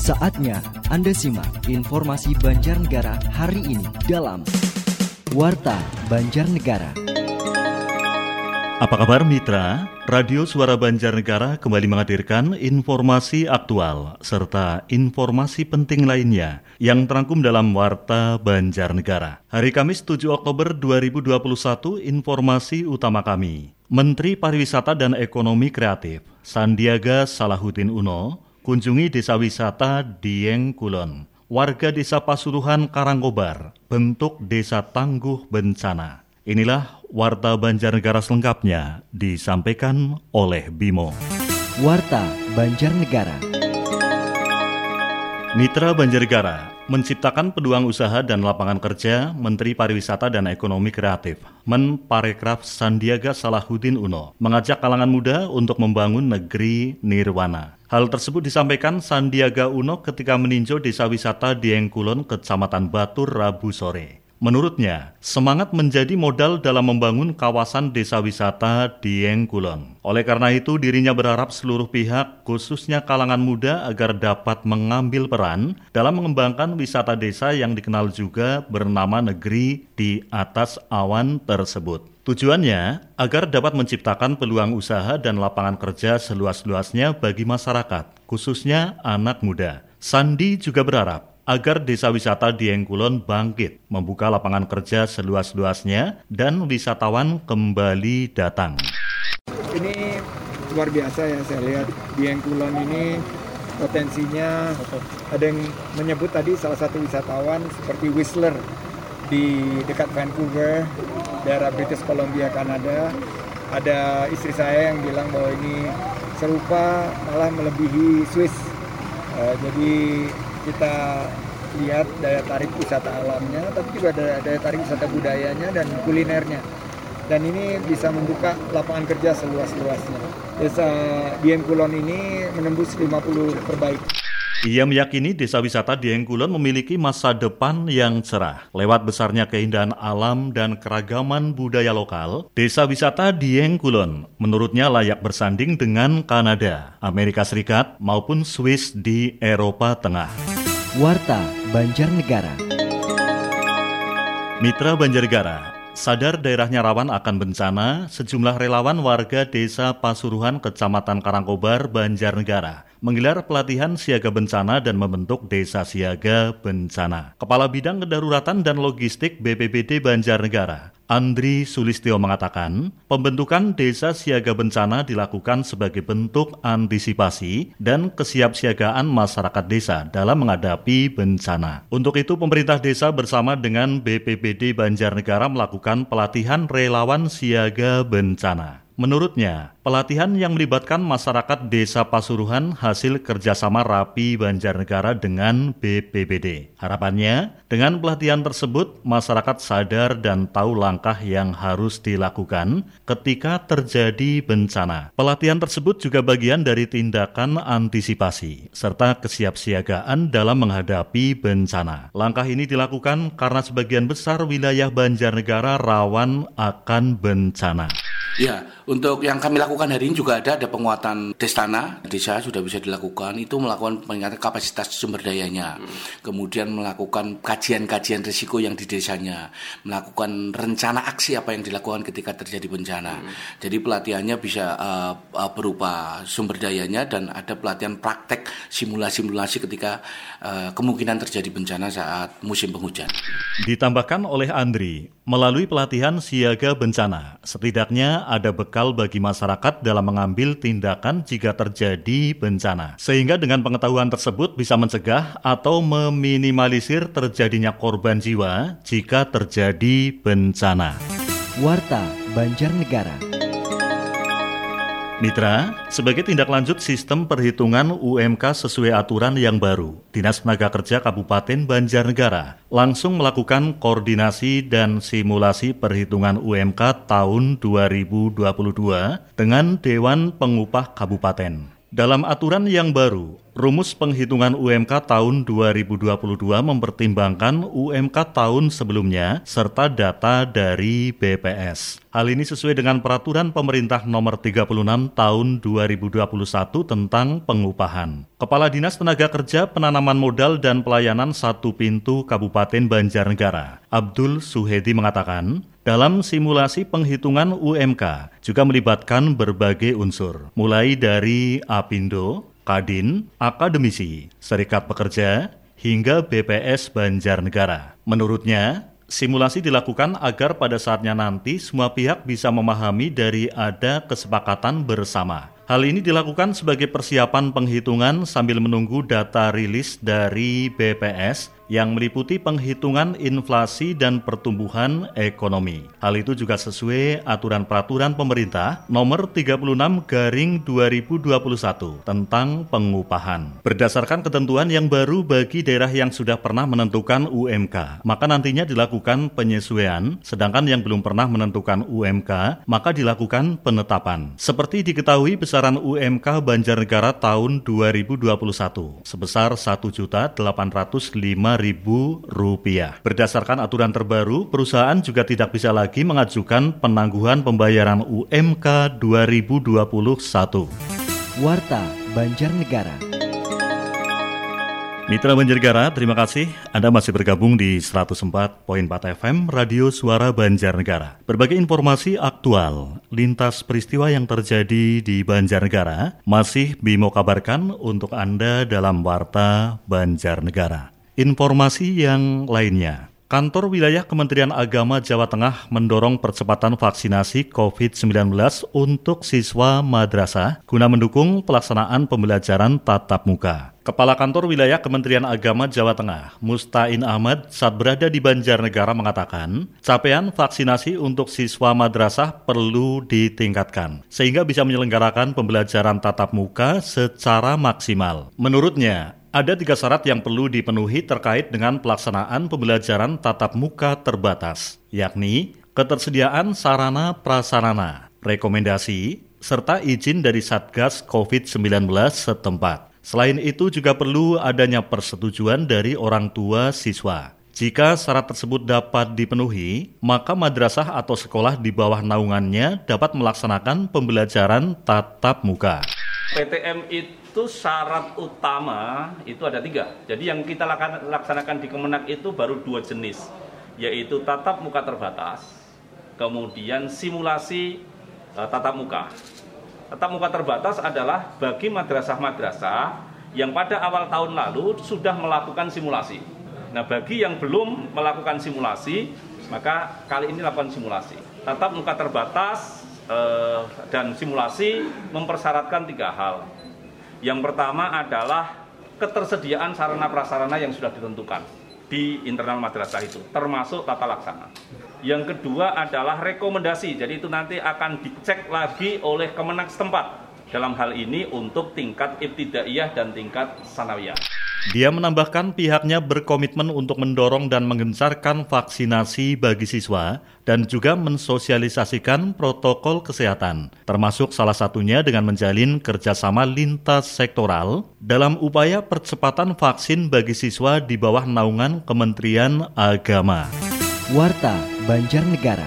Saatnya Anda simak informasi Banjarnegara hari ini dalam Warta Banjarnegara. Apa kabar mitra? Radio Suara Banjarnegara kembali menghadirkan informasi aktual serta informasi penting lainnya yang terangkum dalam Warta Banjarnegara. Hari Kamis 7 Oktober 2021, informasi utama kami. Menteri Pariwisata dan Ekonomi Kreatif Sandiaga Salahuddin Uno kunjungi desa wisata Dieng Kulon. Warga desa Pasuruhan Karangkobar bentuk desa tangguh bencana. Inilah Warta Banjarnegara selengkapnya disampaikan oleh Bimo. Warta Banjarnegara. Mitra Banjarnegara, menciptakan peluang usaha dan lapangan kerja, Menteri Pariwisata dan Ekonomi Kreatif Menparekraf Sandiaga Salahuddin Uno mengajak kalangan muda untuk membangun negeri nirwana. Hal tersebut disampaikan Sandiaga Uno ketika meninjau desa wisata Dieng Kulon, Kecamatan Batur, Rabu sore. Menurutnya, semangat menjadi modal dalam membangun kawasan desa wisata Dieng Kulon. Oleh karena itu, dirinya berharap seluruh pihak, khususnya kalangan muda, agar dapat mengambil peran dalam mengembangkan wisata desa yang dikenal juga bernama negeri di atas awan tersebut. Tujuannya agar dapat menciptakan peluang usaha dan lapangan kerja seluas-luasnya bagi masyarakat, khususnya anak muda. Sandi juga berharap agar desa wisata Dieng Kulon bangkit, membuka lapangan kerja seluas-luasnya dan wisatawan kembali datang. Ini luar biasa ya, saya lihat Dieng Kulon ini potensinya. Ada yang menyebut tadi salah satu wisatawan seperti Whistler di dekat Vancouver, daerah British Columbia, Kanada. Ada istri saya yang bilang bahwa ini serupa, malah melebihi Swiss. Jadi kita lihat daya tarik wisata alamnya, tapi juga ada daya tarik wisata budayanya dan kulinernya. Dan ini bisa membuka lapangan kerja seluas-luasnya. Desa Dieng Kulon ini menembus 50 terbaik. Ia meyakini desa wisata Dieng Kulon memiliki masa depan yang cerah. Lewat besarnya keindahan alam dan keragaman budaya lokal, desa wisata Dieng Kulon menurutnya layak bersanding dengan Kanada, Amerika Serikat maupun Swiss di Eropa Tengah. Warta Banjarnegara. Mitra Banjarnegara, sadar daerahnya rawan akan bencana, sejumlah relawan warga desa Pasuruhan, Kecamatan Karangkobar, Banjarnegara menggelar pelatihan siaga bencana dan membentuk desa siaga bencana. Kepala Bidang Kedaruratan dan Logistik BPBD Banjarnegara, Andri Sulistyo mengatakan, pembentukan desa siaga bencana dilakukan sebagai bentuk antisipasi dan kesiapsiagaan masyarakat desa dalam menghadapi bencana. Untuk itu, pemerintah desa bersama dengan BPBD Banjarnegara melakukan pelatihan relawan siaga bencana. Menurutnya, pelatihan yang melibatkan masyarakat desa Pasuruhan hasil kerjasama Rapi Banjarnegara dengan BPBD. Harapannya, dengan pelatihan tersebut, masyarakat sadar dan tahu langkah yang harus dilakukan ketika terjadi bencana. Pelatihan tersebut juga bagian dari tindakan antisipasi, serta kesiapsiagaan dalam menghadapi bencana. Langkah ini dilakukan karena sebagian besar wilayah Banjarnegara rawan akan bencana. Ya, untuk yang kami lakukan hari ini juga ada penguatan Destana. Desa sudah bisa dilakukan, itu melakukan peningkatan kapasitas sumber dayanya. Kemudian melakukan kajian-kajian risiko yang di desanya. Melakukan rencana aksi apa yang dilakukan ketika terjadi bencana. Jadi pelatihannya bisa berupa sumber dayanya dan ada pelatihan praktek simulasi-simulasi ketika kemungkinan terjadi bencana saat musim penghujan. Ditambahkan oleh Andri, melalui pelatihan siaga bencana, setidaknya ada bekal bagi masyarakat dalam mengambil tindakan jika terjadi bencana. Sehingga dengan pengetahuan tersebut bisa mencegah atau meminimalisir terjadinya korban jiwa jika terjadi bencana. Warta Banjarnegara. Mitra, sebagai tindak lanjut sistem perhitungan UMK sesuai aturan yang baru, Dinas Tenaga Kerja Kabupaten Banjarnegara langsung melakukan koordinasi dan simulasi perhitungan UMK tahun 2022 dengan Dewan Pengupah Kabupaten. Dalam aturan yang baru, rumus penghitungan UMK tahun 2022 mempertimbangkan UMK tahun sebelumnya serta data dari BPS. Hal ini sesuai dengan peraturan pemerintah nomor 36 tahun 2021 tentang pengupahan. Kepala Dinas Tenaga Kerja, Penanaman Modal dan Pelayanan Satu Pintu Kabupaten Banjarnegara, Abdul Suhedi mengatakan, dalam simulasi penghitungan UMK juga melibatkan berbagai unsur, mulai dari Apindo, Kadin, akademisi, serikat pekerja, hingga BPS Banjarnegara. Menurutnya, simulasi dilakukan agar pada saatnya nanti semua pihak bisa memahami dari ada kesepakatan bersama. Hal ini dilakukan sebagai persiapan penghitungan sambil menunggu data rilis dari BPS yang meliputi penghitungan inflasi dan pertumbuhan ekonomi. Hal itu juga sesuai aturan peraturan pemerintah nomor 36/2021 tentang pengupahan. Berdasarkan ketentuan yang baru bagi daerah yang sudah pernah menentukan UMK, maka nantinya dilakukan penyesuaian, sedangkan yang belum pernah menentukan UMK, maka dilakukan penetapan. Seperti diketahui, besaran UMK Banjarnegara tahun 2021 sebesar Rp1.805.000. Berdasarkan aturan terbaru, perusahaan juga tidak bisa lagi mengajukan penangguhan pembayaran UMK 2021. Warta Banjarnegara. Mitra Banjarnegara, terima kasih Anda masih bergabung di 104.4 FM Radio Suara Banjarnegara. Berbagai informasi aktual lintas peristiwa yang terjadi di Banjarnegara masih Bimo kabarkan untuk Anda dalam Warta Banjarnegara. Informasi yang lainnya. Kantor Wilayah Kementerian Agama Jawa Tengah mendorong percepatan vaksinasi COVID-19 untuk siswa madrasah guna mendukung pelaksanaan pembelajaran tatap muka. Kepala Kantor Wilayah Kementerian Agama Jawa Tengah, Mustain Ahmad, saat berada di Banjarnegara mengatakan, capaian vaksinasi untuk siswa madrasah perlu ditingkatkan, sehingga bisa menyelenggarakan pembelajaran tatap muka secara maksimal. Menurutnya, ada 3 syarat yang perlu dipenuhi terkait dengan pelaksanaan pembelajaran tatap muka terbatas, yakni ketersediaan sarana prasarana, rekomendasi, serta izin dari Satgas COVID-19 setempat. Selain itu juga perlu adanya persetujuan dari orang tua siswa. Jika syarat tersebut dapat dipenuhi, maka madrasah atau sekolah di bawah naungannya dapat melaksanakan pembelajaran tatap muka. PTM itu syarat utama itu ada 3. Jadi yang kita laksanakan di Kemenak itu baru 2 jenis, yaitu tatap muka terbatas, kemudian simulasi tatap muka. Tatap muka terbatas adalah bagi madrasah-madrasah yang pada awal tahun lalu sudah melakukan simulasi. Nah, bagi yang belum melakukan simulasi, maka kali ini lakukan simulasi. Tatap muka terbatas dan simulasi mempersyaratkan 3 hal. Yang pertama adalah ketersediaan sarana prasarana yang sudah ditentukan di internal madrasah itu, termasuk tata laksana. Yang kedua adalah rekomendasi, jadi itu nanti akan dicek lagi oleh Kemenak setempat. Dalam hal ini untuk tingkat ibtidaiyah dan tingkat sanawiyah. Dia menambahkan pihaknya berkomitmen untuk mendorong dan menggencarkan vaksinasi bagi siswa dan juga mensosialisasikan protokol kesehatan, termasuk salah satunya dengan menjalin kerjasama lintas sektoral dalam upaya percepatan vaksin bagi siswa di bawah naungan Kementerian Agama. Warta Banjarnegara.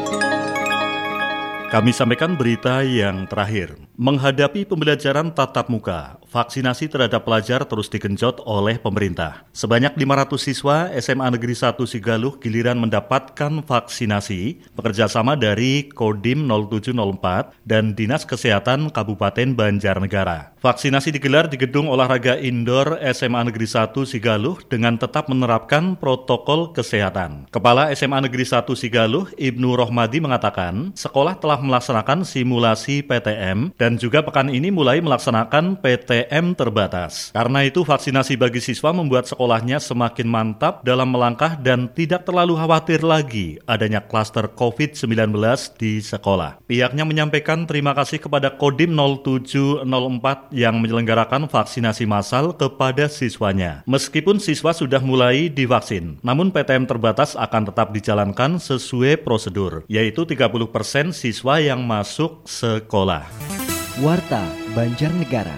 Kami sampaikan berita yang terakhir. Menghadapi pembelajaran tatap muka, vaksinasi terhadap pelajar terus digenjot oleh pemerintah. Sebanyak 500 siswa SMA Negeri 1 Sigaluh giliran mendapatkan vaksinasi bekerjasama dari Kodim 0704 dan Dinas Kesehatan Kabupaten Banjarnegara. Vaksinasi digelar di Gedung Olahraga Indoor SMA Negeri 1 Sigaluh dengan tetap menerapkan protokol kesehatan. Kepala SMA Negeri 1 Sigaluh, Ibnu Rohmadi mengatakan, sekolah telah melaksanakan simulasi PTM dan juga pekan ini mulai melaksanakan PTM terbatas. Karena itu vaksinasi bagi siswa membuat sekolahnya semakin mantap dalam melangkah dan tidak terlalu khawatir lagi adanya klaster COVID-19 di sekolah. Pihaknya menyampaikan terima kasih kepada Kodim 0704 yang menyelenggarakan vaksinasi massal kepada siswanya. Meskipun siswa sudah mulai divaksin, namun PTM terbatas akan tetap dijalankan sesuai prosedur, yaitu 30% siswa yang masuk sekolah. Warta Banjarnegara.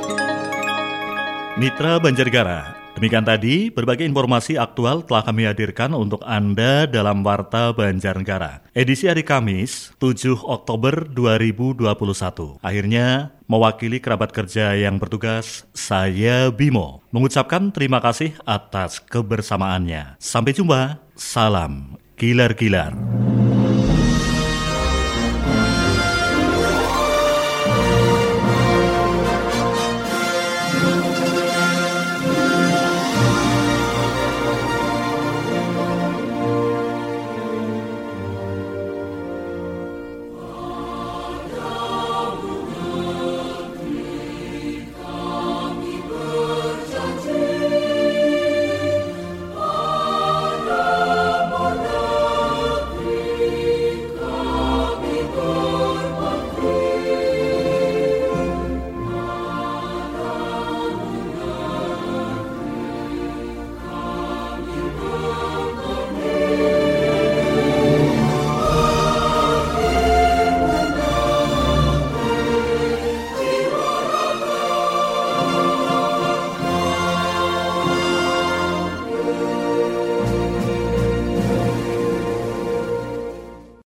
Mitra Banjarnegara, demikian tadi berbagai informasi aktual telah kami hadirkan untuk Anda dalam Warta Banjarnegara. Edisi hari Kamis, 7 Oktober 2021. Akhirnya, mewakili kerabat kerja yang bertugas, saya Bimo, mengucapkan terima kasih atas kebersamaannya. Sampai jumpa, salam gilar-gilar.